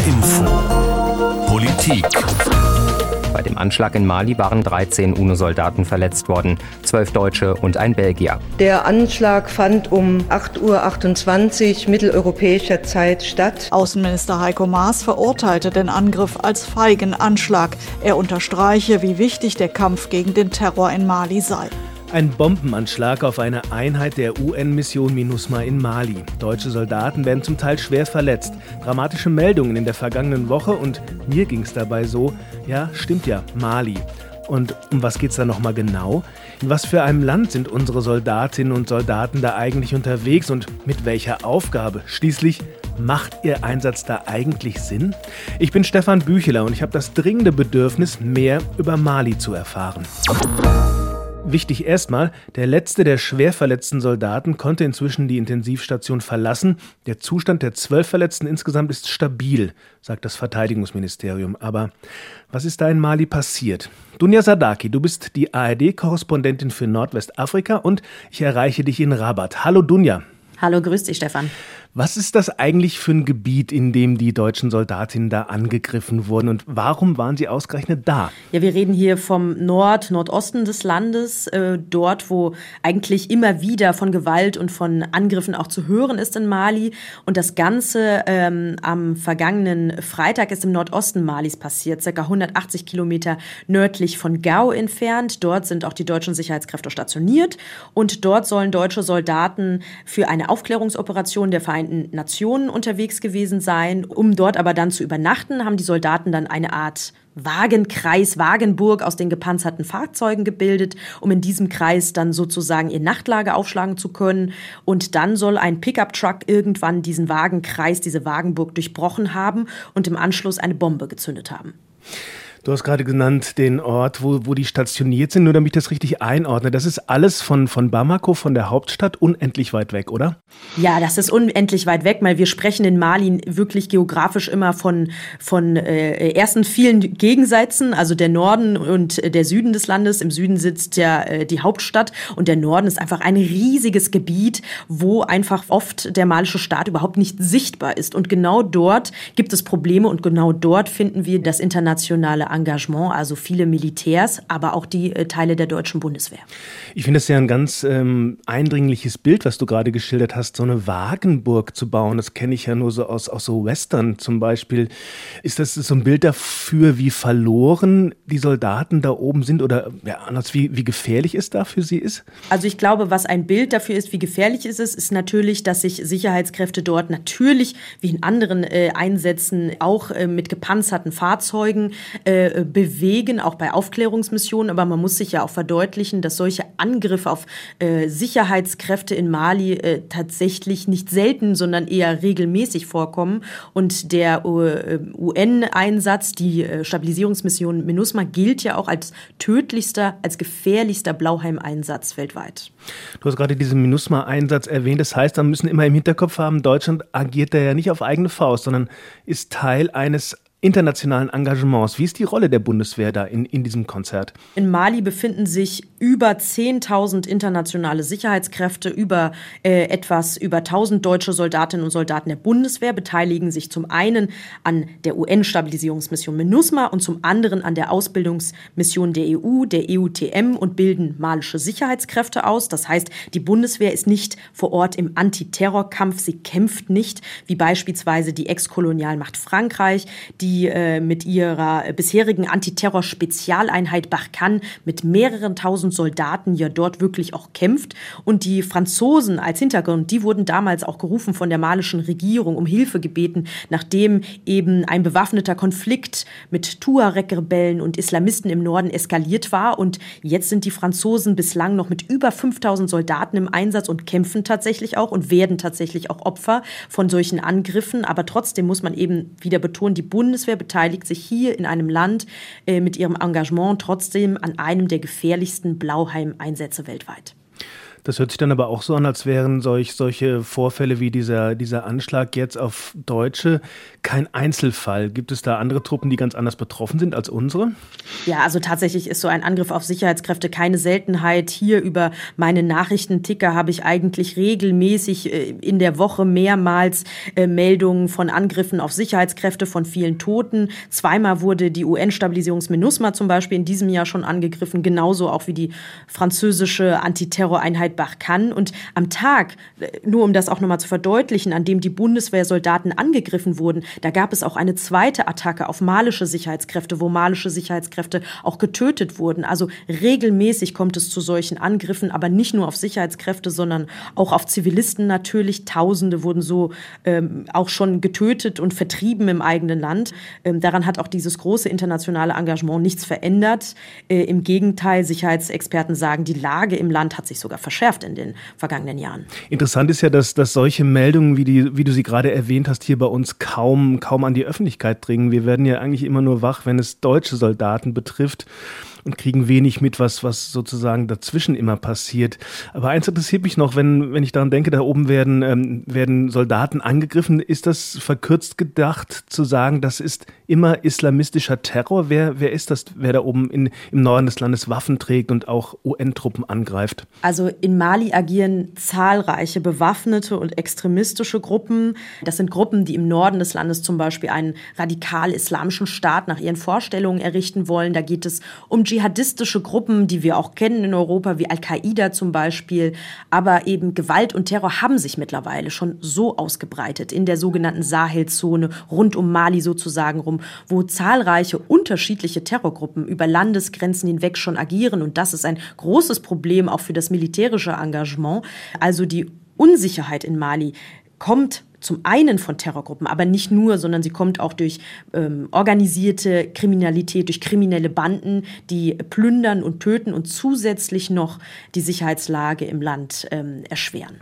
HR Info. Politik. Bei dem Anschlag in Mali waren 13 UNO-Soldaten verletzt worden, 12 Deutsche und ein Belgier. Der Anschlag fand um 8:28 Uhr mitteleuropäischer Zeit statt. Außenminister Heiko Maas verurteilte den Angriff als feigen Anschlag. Er unterstreiche, wie wichtig der Kampf gegen den Terror in Mali sei. Ein Bombenanschlag auf eine Einheit der UN-Mission MINUSMA in Mali. Deutsche Soldaten werden zum Teil schwer verletzt. Dramatische Meldungen in der vergangenen Woche und mir ging es dabei so, ja, stimmt ja, Mali. Und um was geht's da nochmal genau? In was für einem Land sind unsere Soldatinnen und Soldaten da eigentlich unterwegs und mit welcher Aufgabe? Schließlich, macht Ihr Einsatz da eigentlich Sinn? Ich bin Stefan Bücheler und ich habe das dringende Bedürfnis, mehr über Mali zu erfahren. Wichtig erstmal, der letzte der schwer verletzten Soldaten konnte inzwischen die Intensivstation verlassen. Der Zustand der 12 Verletzten insgesamt ist stabil, sagt das Verteidigungsministerium. Aber was ist da in Mali passiert? Dunja Sadaki, du bist die ARD-Korrespondentin für Nordwestafrika und ich erreiche dich in Rabat. Hallo Dunja. Hallo, grüß dich Stefan. Was ist das eigentlich für ein Gebiet, in dem die deutschen Soldatinnen da angegriffen wurden und warum waren sie ausgerechnet da? Ja, wir reden hier vom Nordosten des Landes, dort, wo eigentlich immer wieder von Gewalt und von Angriffen auch zu hören ist in Mali. Und das Ganze am vergangenen Freitag ist im Nordosten Malis passiert, ca. 180 Kilometer nördlich von Gao entfernt. Dort sind auch die deutschen Sicherheitskräfte stationiert und dort sollen deutsche Soldaten für eine Aufklärungsoperation der Vereinten Nationen unterwegs gewesen sein. Um dort aber dann zu übernachten, haben die Soldaten dann eine Art Wagenkreis, Wagenburg aus den gepanzerten Fahrzeugen gebildet, um in diesem Kreis dann sozusagen ihr Nachtlager aufschlagen zu können. Und dann soll ein Pickup-Truck irgendwann diesen Wagenkreis, diese Wagenburg durchbrochen haben und im Anschluss eine Bombe gezündet haben. Du hast gerade genannt den Ort, wo die stationiert sind, nur damit ich das richtig einordne. Das ist alles von Bamako, von der Hauptstadt, unendlich weit weg, oder? Ja, das ist unendlich weit weg, weil wir sprechen in Mali wirklich geografisch immer von ersten vielen Gegensätzen, also der Norden und der Süden des Landes. Im Süden sitzt ja die Hauptstadt und der Norden ist einfach ein riesiges Gebiet, wo einfach oft der malische Staat überhaupt nicht sichtbar ist. Und genau dort gibt es Probleme und genau dort finden wir das internationale Engagement, also viele Militärs, aber auch die Teile der deutschen Bundeswehr. Ich finde es ja ein ganz eindringliches Bild, was du gerade geschildert hast, so eine Wagenburg zu bauen. Das kenne ich ja nur so aus so Western zum Beispiel. Ist das so ein Bild dafür, wie verloren die Soldaten da oben sind oder ja, anders, wie gefährlich es da für sie ist? Also ich glaube, was ein Bild dafür ist, wie gefährlich es ist natürlich, dass sich Sicherheitskräfte dort natürlich, wie in anderen Einsätzen, auch mit gepanzerten Fahrzeugen bewegen, auch bei Aufklärungsmissionen. Aber man muss sich ja auch verdeutlichen, dass solche Angriffe auf Sicherheitskräfte in Mali tatsächlich nicht selten, sondern eher regelmäßig vorkommen. Und der UN-Einsatz, die Stabilisierungsmission MINUSMA, gilt ja auch als tödlichster, als gefährlichster Blauhelm-Einsatz weltweit. Du hast gerade diesen MINUSMA-Einsatz erwähnt. Das heißt, wir müssen immer im Hinterkopf haben, Deutschland agiert da ja nicht auf eigene Faust, sondern ist Teil eines internationalen Engagements. Wie ist die Rolle der Bundeswehr da in diesem Konzert? In Mali befinden sich über 10.000 internationale Sicherheitskräfte, etwas über 1.000 deutsche Soldatinnen und Soldaten der Bundeswehr beteiligen sich zum einen an der UN-Stabilisierungsmission MINUSMA und zum anderen an der Ausbildungsmission der EU, der EUTM und bilden malische Sicherheitskräfte aus. Das heißt, die Bundeswehr ist nicht vor Ort im Antiterrorkampf, sie kämpft nicht, wie beispielsweise die Ex-Kolonialmacht Frankreich, die mit ihrer bisherigen Antiterror-Spezialeinheit Barkhane mit mehreren tausend Soldaten ja dort wirklich auch kämpft. Und die Franzosen als Hintergrund, die wurden damals auch gerufen von der malischen Regierung, um Hilfe gebeten, nachdem eben ein bewaffneter Konflikt mit Tuareg-Rebellen und Islamisten im Norden eskaliert war. Und jetzt sind die Franzosen bislang noch mit über 5.000 Soldaten im Einsatz und kämpfen tatsächlich auch und werden tatsächlich auch Opfer von solchen Angriffen. Aber trotzdem muss man eben wieder betonen, die Bundeswehr beteiligt sich hier in einem Land mit ihrem Engagement trotzdem an einem der gefährlichsten Blauhelm-Einsätze weltweit. Das hört sich dann aber auch so an, als wären solche Vorfälle wie dieser Anschlag jetzt auf Deutsche kein Einzelfall. Gibt es da andere Truppen, die ganz anders betroffen sind als unsere? Ja, also tatsächlich ist so ein Angriff auf Sicherheitskräfte keine Seltenheit. Hier über meine Nachrichtenticker habe ich eigentlich regelmäßig in der Woche mehrmals Meldungen von Angriffen auf Sicherheitskräfte, von vielen Toten. Zweimal wurde die UN-Stabilisierungs-MINUSMA zum Beispiel in diesem Jahr schon angegriffen, genauso auch wie die französische Antiterroreinheit Barkhane. Und am Tag, nur um das auch nochmal zu verdeutlichen, an dem die Bundeswehrsoldaten angegriffen wurden, da gab es auch eine zweite Attacke auf malische Sicherheitskräfte, wo malische Sicherheitskräfte auch getötet wurden. Also regelmäßig kommt es zu solchen Angriffen, aber nicht nur auf Sicherheitskräfte, sondern auch auf Zivilisten natürlich. Tausende wurden so auch schon getötet und vertrieben im eigenen Land. Daran hat auch dieses große internationale Engagement nichts verändert. Im Gegenteil, Sicherheitsexperten sagen, die Lage im Land hat sich sogar verschärft in den vergangenen Jahren. Interessant ist ja, dass solche Meldungen, wie du sie gerade erwähnt hast, hier bei uns kaum an die Öffentlichkeit dringen. Wir werden ja eigentlich immer nur wach, wenn es deutsche Soldaten betrifft und kriegen wenig mit, was sozusagen dazwischen immer passiert. Aber eins interessiert mich noch, wenn ich daran denke, da oben werden Soldaten angegriffen. Ist das verkürzt gedacht zu sagen, das ist immer islamistischer Terror? Wer ist das, wer da oben im Norden des Landes Waffen trägt und auch UN-Truppen angreift? Also in Mali agieren zahlreiche bewaffnete und extremistische Gruppen. Das sind Gruppen, die im Norden des Landes zum Beispiel einen radikal-islamischen Staat nach ihren Vorstellungen errichten wollen. Da geht es um dschihadistische Gruppen, die wir auch kennen in Europa, wie Al-Qaida zum Beispiel. Aber eben Gewalt und Terror haben sich mittlerweile schon so ausgebreitet in der sogenannten Sahelzone, rund um Mali sozusagen rum, wo zahlreiche unterschiedliche Terrorgruppen über Landesgrenzen hinweg schon agieren. Und das ist ein großes Problem auch für das militärische Engagement. Also die Unsicherheit in Mali kommt zum einen von Terrorgruppen, aber nicht nur, sondern sie kommt auch durch organisierte Kriminalität, durch kriminelle Banden, die plündern und töten und zusätzlich noch die Sicherheitslage im Land erschweren.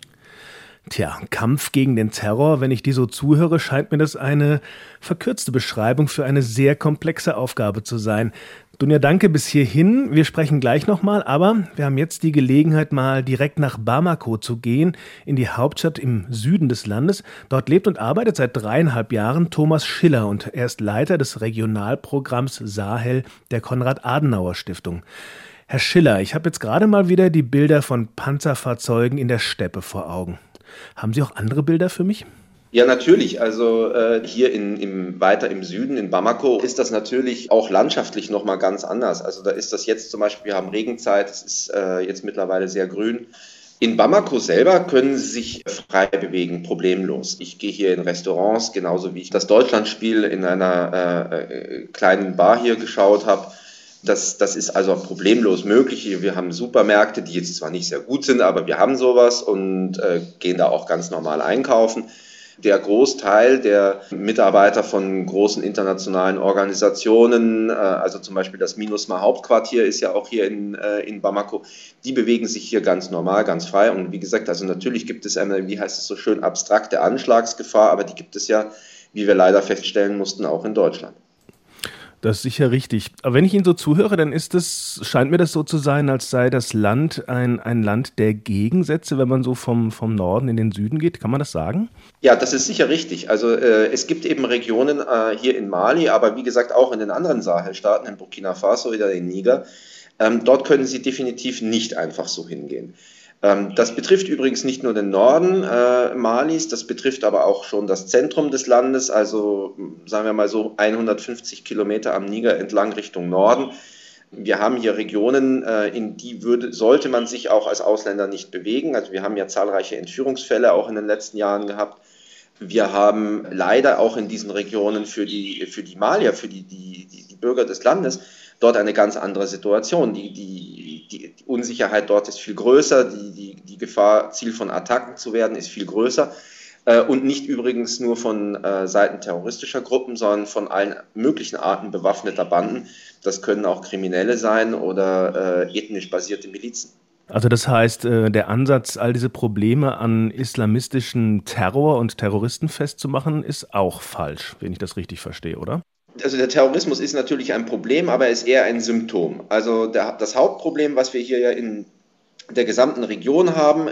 Tja, Kampf gegen den Terror, wenn ich dir so zuhöre, scheint mir das eine verkürzte Beschreibung für eine sehr komplexe Aufgabe zu sein. Dunja, danke bis hierhin. Wir sprechen gleich nochmal, aber wir haben jetzt die Gelegenheit, mal direkt nach Bamako zu gehen, in die Hauptstadt im Süden des Landes. Dort lebt und arbeitet seit 3,5 Jahren Thomas Schiller und er ist Leiter des Regionalprogramms Sahel der Konrad-Adenauer-Stiftung. Herr Schiller, ich habe jetzt gerade mal wieder die Bilder von Panzerfahrzeugen in der Steppe vor Augen. Haben Sie auch andere Bilder für mich? Ja, natürlich. Also hier weiter im Süden, in Bamako, ist das natürlich auch landschaftlich nochmal ganz anders. Also da ist das jetzt zum Beispiel, wir haben Regenzeit, es ist jetzt mittlerweile sehr grün. In Bamako selber können Sie sich frei bewegen, problemlos. Ich gehe hier in Restaurants, genauso wie ich das Deutschlandspiel in einer kleinen Bar hier geschaut habe. Das ist also problemlos möglich. Wir haben Supermärkte, die jetzt zwar nicht sehr gut sind, aber wir haben sowas und gehen da auch ganz normal einkaufen. Der Großteil der Mitarbeiter von großen internationalen Organisationen, also zum Beispiel das MINUSMA Hauptquartier ist ja auch hier in Bamako, die bewegen sich hier ganz normal, ganz frei. Und wie gesagt, also natürlich gibt es eine, wie heißt es so schön, abstrakte Anschlagsgefahr, aber die gibt es ja, wie wir leider feststellen mussten, auch in Deutschland. Das ist sicher richtig. Aber wenn ich Ihnen so zuhöre, dann scheint mir das so zu sein, als sei das Land ein Land der Gegensätze, wenn man so vom Norden in den Süden geht. Kann man das sagen? Ja, das ist sicher richtig. Also es gibt eben Regionen hier in Mali, aber wie gesagt auch in den anderen Sahelstaaten, in Burkina Faso oder in Niger. Dort können Sie definitiv nicht einfach so hingehen. Das betrifft übrigens nicht nur den Norden Malis, das betrifft aber auch schon das Zentrum des Landes, also sagen wir mal so 150 Kilometer am Niger entlang Richtung Norden. Wir haben hier Regionen, in die sollte man sich auch als Ausländer nicht bewegen. Also wir haben ja zahlreiche Entführungsfälle auch in den letzten Jahren gehabt. Wir haben leider auch in diesen Regionen für die Malier, für die Bürger des Landes, dort eine ganz andere Situation. Die Unsicherheit dort ist viel größer, die Gefahr, Ziel von Attacken zu werden, ist viel größer. Und nicht übrigens nur von Seiten terroristischer Gruppen, sondern von allen möglichen Arten bewaffneter Banden. Das können auch Kriminelle sein oder ethnisch basierte Milizen. Also das heißt, der Ansatz, all diese Probleme an islamistischen Terror und Terroristen festzumachen, ist auch falsch, wenn ich das richtig verstehe, oder? Also der Terrorismus ist natürlich ein Problem, aber er ist eher ein Symptom. Also das Hauptproblem, was wir hier ja in der gesamten Region haben.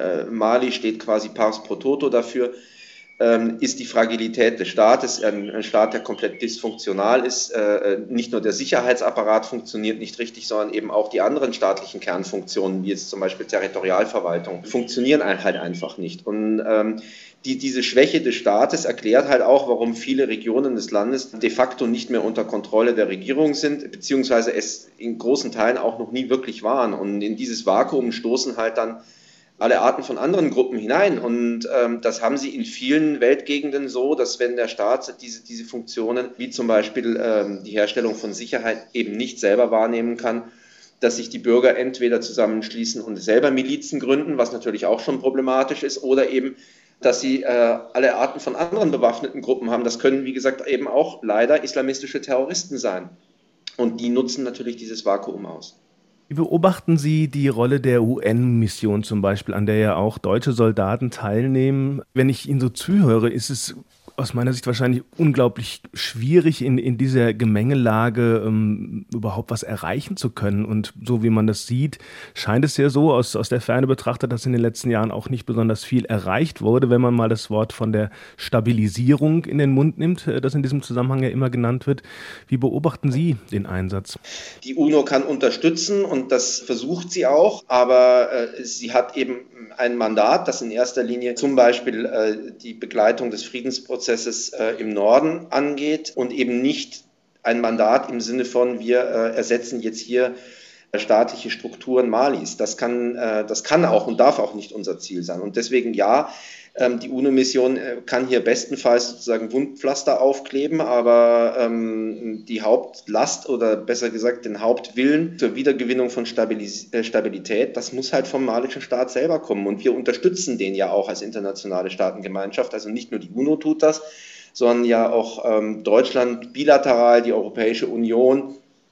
Mali steht quasi pars pro toto dafür, ist die Fragilität des Staates, ein Staat, der komplett dysfunktional ist. Nicht nur der Sicherheitsapparat funktioniert nicht richtig, sondern eben auch die anderen staatlichen Kernfunktionen, wie jetzt zum Beispiel Territorialverwaltung, funktionieren halt einfach nicht. Und diese Schwäche des Staates erklärt halt auch, warum viele Regionen des Landes de facto nicht mehr unter Kontrolle der Regierung sind, beziehungsweise es in großen Teilen auch noch nie wirklich waren. Und in dieses Vakuum stoßen halt dann alle Arten von anderen Gruppen hinein. Und das haben sie in vielen Weltgegenden so, dass wenn der Staat diese Funktionen, wie zum Beispiel die Herstellung von Sicherheit, eben nicht selber wahrnehmen kann, dass sich die Bürger entweder zusammenschließen und selber Milizen gründen, was natürlich auch schon problematisch ist, oder eben, dass sie alle Arten von anderen bewaffneten Gruppen haben. Das können, wie gesagt, eben auch leider islamistische Terroristen sein. Und die nutzen natürlich dieses Vakuum aus. Wie beobachten Sie die Rolle der UN-Mission zum Beispiel, an der ja auch deutsche Soldaten teilnehmen? Wenn ich Ihnen so zuhöre, ist es aus meiner Sicht wahrscheinlich unglaublich schwierig, in dieser Gemengelage überhaupt was erreichen zu können. Und so wie man das sieht, scheint es ja so, aus der Ferne betrachtet, dass in den letzten Jahren auch nicht besonders viel erreicht wurde, wenn man mal das Wort von der Stabilisierung in den Mund nimmt, das in diesem Zusammenhang ja immer genannt wird. Wie beobachten Sie den Einsatz? Die UNO kann unterstützen und das versucht sie auch, aber sie hat eben ein Mandat, das in erster Linie zum Beispiel die Begleitung des Friedensprozesses im Norden angeht und eben nicht ein Mandat im Sinne von, wir ersetzen jetzt hier staatliche Strukturen Malis. Das kann auch und darf auch nicht unser Ziel sein. Und deswegen ja, die UNO-Mission kann hier bestenfalls sozusagen Wundpflaster aufkleben, aber die Hauptlast oder besser gesagt den Hauptwillen zur Wiedergewinnung von Stabilität, das muss halt vom malischen Staat selber kommen. Und wir unterstützen den ja auch als internationale Staatengemeinschaft. Also nicht nur die UNO tut das, sondern ja auch Deutschland bilateral, die Europäische Union,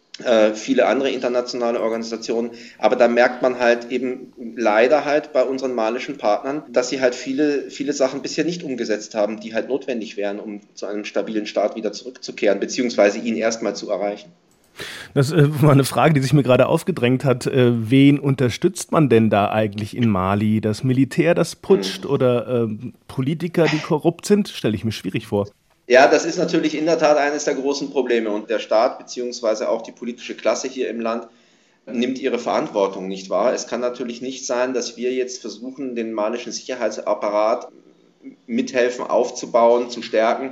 viele andere internationale Organisationen, aber da merkt man halt eben leider halt bei unseren malischen Partnern, dass sie halt viele Sachen bisher nicht umgesetzt haben, die halt notwendig wären, um zu einem stabilen Staat wieder zurückzukehren, beziehungsweise ihn erstmal zu erreichen. Das war eine Frage, die sich mir gerade aufgedrängt hat. Wen unterstützt man denn da eigentlich in Mali? Das Militär, das putscht oder Politiker, die korrupt sind? Stelle ich mir schwierig vor. Ja, das ist natürlich in der Tat eines der großen Probleme und der Staat beziehungsweise auch die politische Klasse hier im Land nimmt ihre Verantwortung nicht wahr. Es kann natürlich nicht sein, dass wir jetzt versuchen, den malischen Sicherheitsapparat mithelfen aufzubauen, zu stärken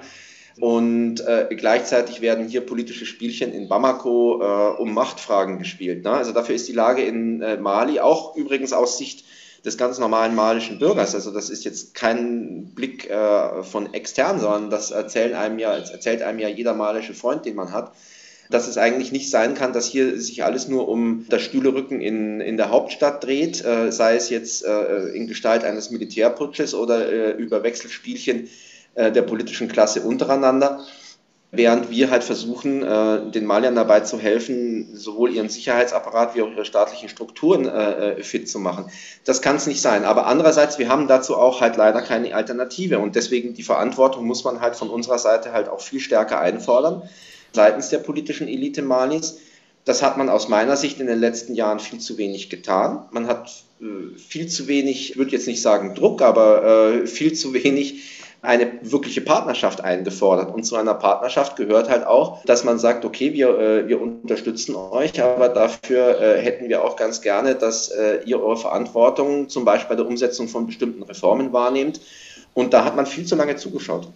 und gleichzeitig werden hier politische Spielchen in Bamako um Machtfragen gespielt. Ne? Also dafür ist die Lage in Mali auch übrigens aus Sicht des ganz normalen malischen Bürgers. Also das ist jetzt kein Blick von extern, sondern das erzählt einem ja jeder malische Freund, den man hat, dass es eigentlich nicht sein kann, dass hier sich alles nur um das Stühlerücken in der Hauptstadt dreht, sei es jetzt in Gestalt eines Militärputsches oder über Wechselspielchen der politischen Klasse untereinander. Während wir halt versuchen, den Maliern dabei zu helfen, sowohl ihren Sicherheitsapparat wie auch ihre staatlichen Strukturen fit zu machen. Das kann es nicht sein. Aber andererseits, wir haben dazu auch halt leider keine Alternative. Und deswegen die Verantwortung muss man halt von unserer Seite halt auch viel stärker einfordern, seitens der politischen Elite Malis. Das hat man aus meiner Sicht in den letzten Jahren viel zu wenig getan. Man hat viel zu wenig, ich würde jetzt nicht sagen Druck, aber viel zu wenig eine wirkliche Partnerschaft eingefordert. Und zu einer Partnerschaft gehört halt auch, dass man sagt, okay, wir unterstützen euch, aber dafür hätten wir auch ganz gerne, dass ihr eure Verantwortung zum Beispiel bei der Umsetzung von bestimmten Reformen wahrnehmt. Und da hat man viel zu lange zugeschaut.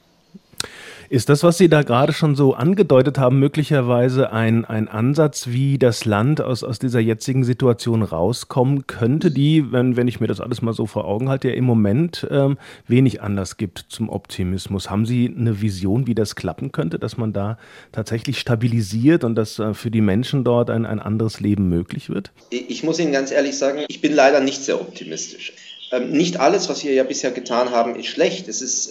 Ist das, was Sie da gerade schon so angedeutet haben, möglicherweise ein Ansatz, wie das Land aus dieser jetzigen Situation rauskommen könnte, die, wenn ich mir das alles mal so vor Augen halte, ja im Moment wenig Anlass gibt zum Optimismus? Haben Sie eine Vision, wie das klappen könnte, dass man da tatsächlich stabilisiert und dass für die Menschen dort ein anderes Leben möglich wird? Ich muss Ihnen ganz ehrlich sagen, ich bin leider nicht sehr optimistisch. Nicht alles, was wir ja bisher getan haben, ist schlecht.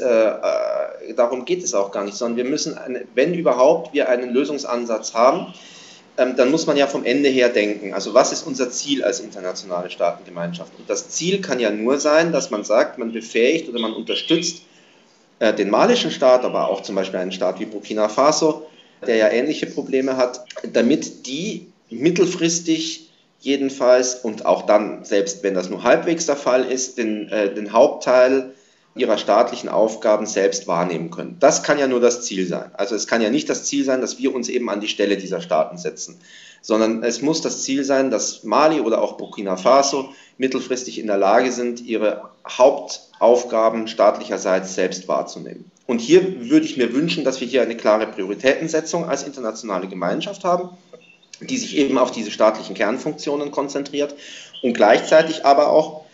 Darum geht es auch gar nicht, sondern wir müssen, wenn überhaupt wir einen Lösungsansatz haben, dann muss man ja vom Ende her denken. Also was ist unser Ziel als internationale Staatengemeinschaft? Und das Ziel kann ja nur sein, dass man sagt, man befähigt oder man unterstützt den malischen Staat, aber auch zum Beispiel einen Staat wie Burkina Faso, der ja ähnliche Probleme hat, damit die mittelfristig jedenfalls, und auch dann, selbst wenn das nur halbwegs der Fall ist, den Hauptteil ihrer staatlichen Aufgaben selbst wahrnehmen können. Das kann ja nur das Ziel sein. Also es kann ja nicht das Ziel sein, dass wir uns eben an die Stelle dieser Staaten setzen, sondern es muss das Ziel sein, dass Mali oder auch Burkina Faso mittelfristig in der Lage sind, ihre Hauptaufgaben staatlicherseits selbst wahrzunehmen. Und hier würde ich mir wünschen, dass wir hier eine klare Prioritätensetzung als internationale Gemeinschaft haben, die sich eben auf diese staatlichen Kernfunktionen konzentriert und gleichzeitig aber auch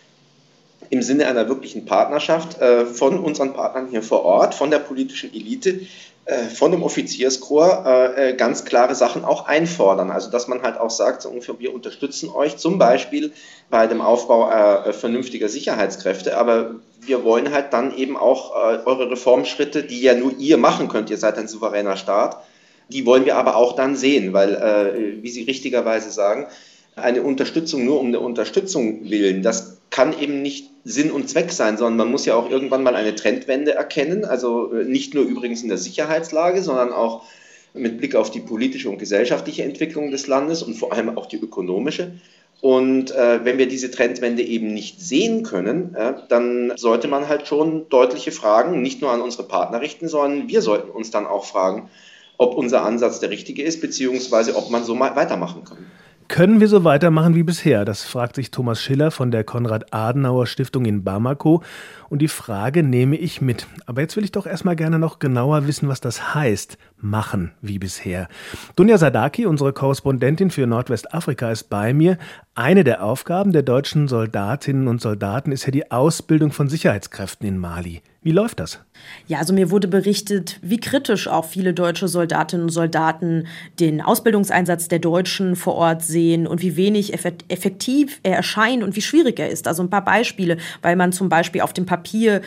im Sinne einer wirklichen Partnerschaft von unseren Partnern hier vor Ort, von der politischen Elite, von dem Offizierskorps ganz klare Sachen auch einfordern. Also dass man halt auch sagt, so ungefähr, wir unterstützen euch zum Beispiel bei dem Aufbau vernünftiger Sicherheitskräfte, aber wir wollen halt dann eben auch eure Reformschritte, die ja nur ihr machen könnt, ihr seid ein souveräner Staat, die wollen wir aber auch dann sehen, weil, wie Sie richtigerweise sagen, eine Unterstützung nur um der Unterstützung willen, das kann eben nicht Sinn und Zweck sein, sondern man muss ja auch irgendwann mal eine Trendwende erkennen, also nicht nur übrigens in der Sicherheitslage, sondern auch mit Blick auf die politische und gesellschaftliche Entwicklung des Landes und vor allem auch die ökonomische. Und wenn wir diese Trendwende eben nicht sehen können, dann sollte man halt schon deutliche Fragen nicht nur an unsere Partner richten, sondern wir sollten uns dann auch fragen, ob unser Ansatz der richtige ist, beziehungsweise ob man so mal weitermachen kann. Können wir so weitermachen wie bisher? Das fragt sich Thomas Schiller von der Konrad-Adenauer-Stiftung in Bamako. Und die Frage nehme ich mit. Aber jetzt will ich doch erstmal gerne noch genauer wissen, was das heißt, machen wie bisher. Dunja Sadaki, unsere Korrespondentin für Nordwestafrika, ist bei mir. Eine der Aufgaben der deutschen Soldatinnen und Soldaten ist ja die Ausbildung von Sicherheitskräften in Mali. Wie läuft das? Ja, also mir wurde berichtet, wie kritisch auch viele deutsche Soldatinnen und Soldaten den Ausbildungseinsatz der Deutschen vor Ort sehen und wie wenig effektiv er erscheint und wie schwierig er ist. Also ein paar Beispiele, weil man zum Beispiel auf dem Papier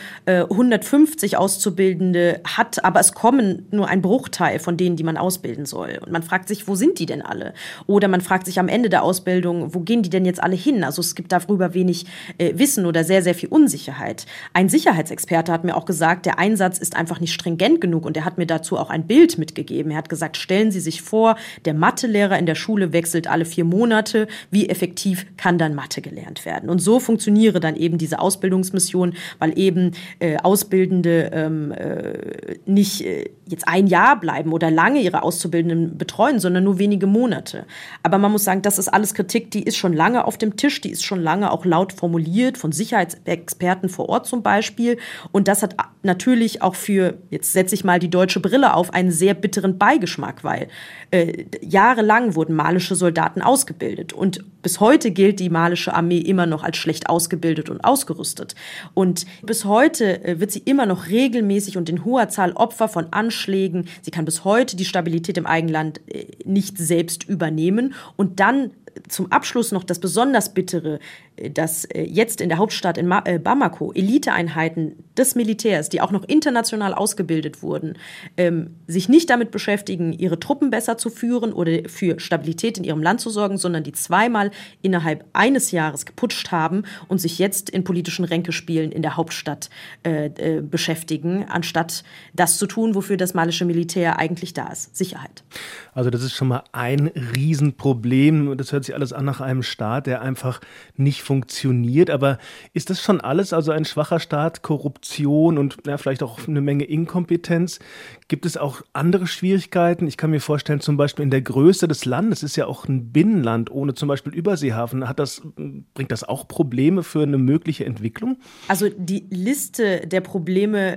150 Auszubildende hat, aber es kommen nur ein Bruchteil von denen, die man ausbilden soll. Und man fragt sich, wo sind die denn alle? Oder man fragt sich am Ende der Ausbildung, wo gehen die denn jetzt alle hin? Also es gibt darüber wenig Wissen oder sehr, sehr viel Unsicherheit. Ein Sicherheitsexperte hat mir auch gesagt, der Einsatz ist einfach nicht stringent genug und er hat mir dazu auch ein Bild mitgegeben. Er hat gesagt, stellen Sie sich vor, der Mathelehrer in der Schule wechselt alle 4 Monate. Wie effektiv kann dann Mathe gelernt werden? Und so funktioniere dann eben diese Ausbildungsmission, weil eben Ausbildende nicht jetzt ein Jahr bleiben oder lange ihre Auszubildenden betreuen, sondern nur wenige Monate. Aber man muss sagen, das ist alles Kritik, die ist schon lange auf dem Tisch, die ist schon lange auch laut formuliert, von Sicherheitsexperten vor Ort zum Beispiel. Und das hat natürlich auch für, jetzt setze ich mal die deutsche Brille auf, einen sehr bitteren Beigeschmack, weil jahrelang wurden malische Soldaten ausgebildet. Und bis heute gilt die malische Armee immer noch als schlecht ausgebildet und ausgerüstet. Und bis heute wird sie immer noch regelmäßig und in hoher Zahl Opfer von Anschlägen. Sie kann bis heute die Stabilität im Eigenland nicht selbst übernehmen. Und dann zum Abschluss noch das besonders Bittere, dass jetzt in der Hauptstadt in Bamako Eliteeinheiten des Militärs, die auch noch international ausgebildet wurden, sich nicht damit beschäftigen, ihre Truppen besser zu führen oder für Stabilität in ihrem Land zu sorgen, sondern die zweimal innerhalb eines Jahres geputscht haben und sich jetzt in politischen Ränkespielen in der Hauptstadt beschäftigen, anstatt das zu tun, wofür das malische Militär eigentlich da ist, Sicherheit. Also das ist schon mal ein Riesenproblem. Das hört sich alles an nach einem Staat, der einfach nicht funktioniert. Aber ist das schon alles, also ein schwacher Staat, Korruption und vielleicht auch eine Menge Inkompetenz? Gibt es auch andere Schwierigkeiten? Ich kann mir vorstellen, zum Beispiel in der Größe des Landes, ist ja auch ein Binnenland ohne zum Beispiel Überseehafen. Bringt das auch Probleme für eine mögliche Entwicklung? Also die Liste der Probleme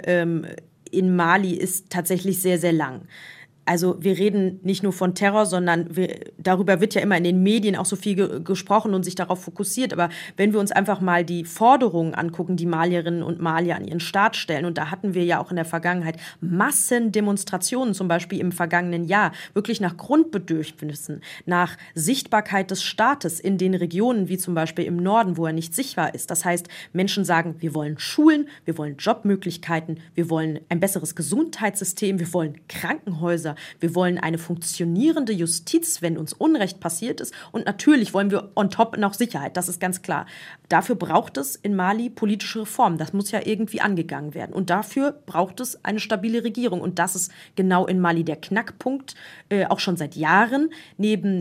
in Mali ist tatsächlich sehr, sehr lang. Also wir reden nicht nur von Terror, sondern darüber wird ja immer in den Medien auch so viel gesprochen und sich darauf fokussiert. Aber wenn wir uns einfach mal die Forderungen angucken, die Malierinnen und Malier an ihren Staat stellen, und da hatten wir ja auch in der Vergangenheit Massendemonstrationen, zum Beispiel im vergangenen Jahr, wirklich nach Grundbedürfnissen, nach Sichtbarkeit des Staates in den Regionen, wie zum Beispiel im Norden, wo er nicht sichtbar ist. Das heißt, Menschen sagen, wir wollen Schulen, wir wollen Jobmöglichkeiten, wir wollen ein besseres Gesundheitssystem, wir wollen Krankenhäuser, wir wollen eine funktionierende Justiz, wenn uns Unrecht passiert ist. Und natürlich wollen wir on top noch Sicherheit, das ist ganz klar. Dafür braucht es in Mali politische Reformen. Das muss ja irgendwie angegangen werden. Und dafür braucht es eine stabile Regierung. Und das ist genau in Mali der Knackpunkt, auch schon seit Jahren. Neben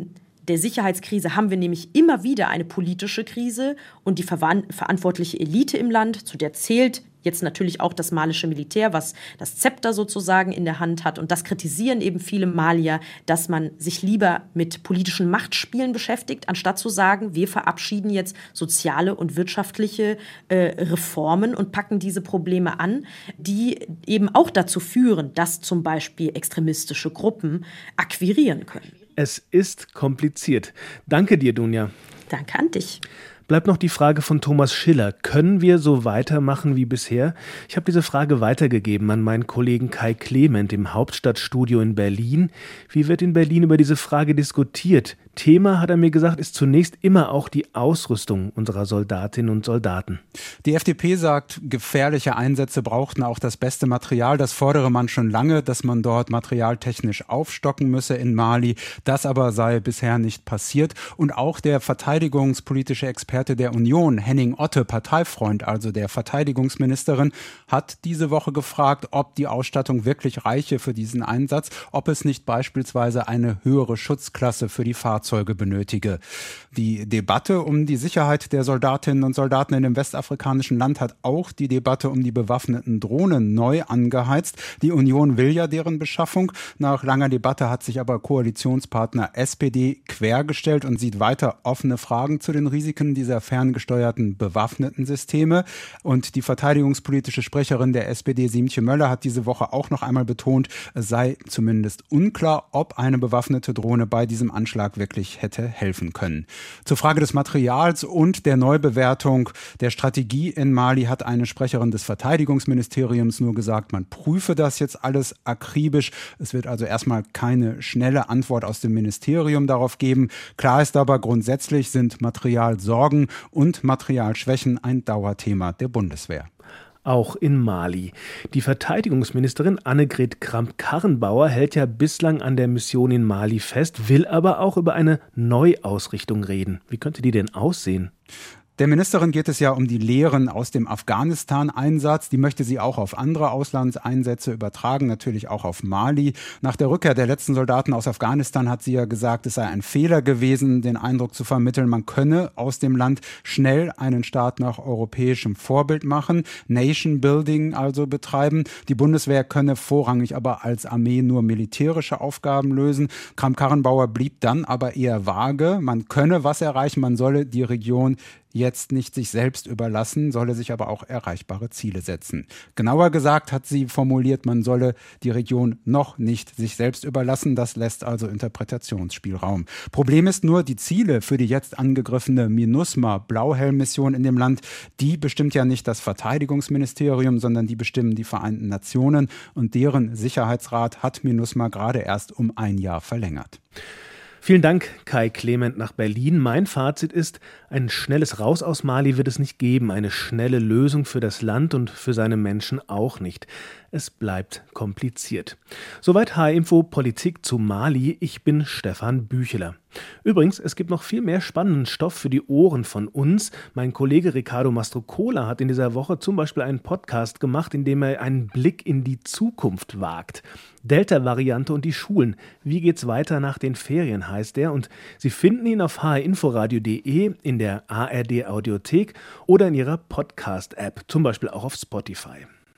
der Sicherheitskrise haben wir nämlich immer wieder eine politische Krise und die verantwortliche Elite im Land, zu der zählt jetzt natürlich auch das malische Militär, was das Zepter sozusagen in der Hand hat. Und das kritisieren eben viele Malier, dass man sich lieber mit politischen Machtspielen beschäftigt, anstatt zu sagen, wir verabschieden jetzt soziale und wirtschaftliche Reformen und packen diese Probleme an, die eben auch dazu führen, dass zum Beispiel extremistische Gruppen akquirieren können. Es ist kompliziert. Danke dir, Dunja. Danke an dich. Bleibt noch die Frage von Thomas Schiller. Können wir so weitermachen wie bisher? Ich habe diese Frage weitergegeben an meinen Kollegen Kai Clement im Hauptstadtstudio in Berlin. Wie wird in Berlin über diese Frage diskutiert? Thema, hat er mir gesagt, ist zunächst immer auch die Ausrüstung unserer Soldatinnen und Soldaten. Die FDP sagt, gefährliche Einsätze brauchten auch das beste Material. Das fordere man schon lange, dass man dort materialtechnisch aufstocken müsse in Mali. Das aber sei bisher nicht passiert. Und auch der verteidigungspolitische Experte der Union, Henning Otte, Parteifreund also der Verteidigungsministerin, hat diese Woche gefragt, ob die Ausstattung wirklich reiche für diesen Einsatz, ob es nicht beispielsweise eine höhere Schutzklasse für die Fahrzeuge benötige. Die Debatte um die Sicherheit der Soldatinnen und Soldaten in dem westafrikanischen Land hat auch die Debatte um die bewaffneten Drohnen neu angeheizt. Die Union will ja deren Beschaffung. Nach langer Debatte hat sich aber Koalitionspartner SPD quergestellt und sieht weiter offene Fragen zu den Risiken dieser ferngesteuerten bewaffneten Systeme. Und die verteidigungspolitische Sprecherin der SPD, Siemtje Möller, hat diese Woche auch noch einmal betont, es sei zumindest unklar, ob eine bewaffnete Drohne bei diesem Anschlag wirklich hätte helfen können. Zur Frage des Materials und der Neubewertung der Strategie in Mali hat eine Sprecherin des Verteidigungsministeriums nur gesagt, man prüfe das jetzt alles akribisch. Es wird also erstmal keine schnelle Antwort aus dem Ministerium darauf geben. Klar ist aber, grundsätzlich sind Materialsorgen und Materialschwächen ein Dauerthema der Bundeswehr. Auch in Mali. Die Verteidigungsministerin Annegret Kramp-Karrenbauer hält ja bislang an der Mission in Mali fest, will aber auch über eine Neuausrichtung reden. Wie könnte die denn aussehen? Der Ministerin geht es ja um die Lehren aus dem Afghanistan-Einsatz. Die möchte sie auch auf andere Auslandseinsätze übertragen, natürlich auch auf Mali. Nach der Rückkehr der letzten Soldaten aus Afghanistan hat sie ja gesagt, es sei ein Fehler gewesen, den Eindruck zu vermitteln, man könne aus dem Land schnell einen Staat nach europäischem Vorbild machen, Nation Building also betreiben. Die Bundeswehr könne vorrangig aber als Armee nur militärische Aufgaben lösen. Kramp-Karrenbauer blieb dann aber eher vage. Man könne was erreichen, man solle die Region jetzt nicht sich selbst überlassen, solle sich aber auch erreichbare Ziele setzen. Genauer gesagt hat sie formuliert, man solle die Region noch nicht sich selbst überlassen. Das lässt also Interpretationsspielraum. Problem ist nur, die Ziele für die jetzt angegriffene MINUSMA-Blauhelm-Mission in dem Land, die bestimmt ja nicht das Verteidigungsministerium, sondern die bestimmen die Vereinten Nationen. Und deren Sicherheitsrat hat MINUSMA gerade erst um ein Jahr verlängert. Vielen Dank, Kai Clement nach Berlin. Mein Fazit ist, ein schnelles Raus aus Mali wird es nicht geben, eine schnelle Lösung für das Land und für seine Menschen auch nicht. Es bleibt kompliziert. Soweit H-Info Politik zu Mali. Ich bin Stefan Bücheler. Übrigens, es gibt noch viel mehr spannenden Stoff für die Ohren von uns. Mein Kollege Riccardo Mastrocola hat in dieser Woche zum Beispiel einen Podcast gemacht, in dem er einen Blick in die Zukunft wagt. Delta-Variante und die Schulen. Wie geht's weiter nach den Ferien, heißt er. Und Sie finden ihn auf hrinforadio.de, in der ARD-Audiothek oder in Ihrer Podcast-App, zum Beispiel auch auf Spotify.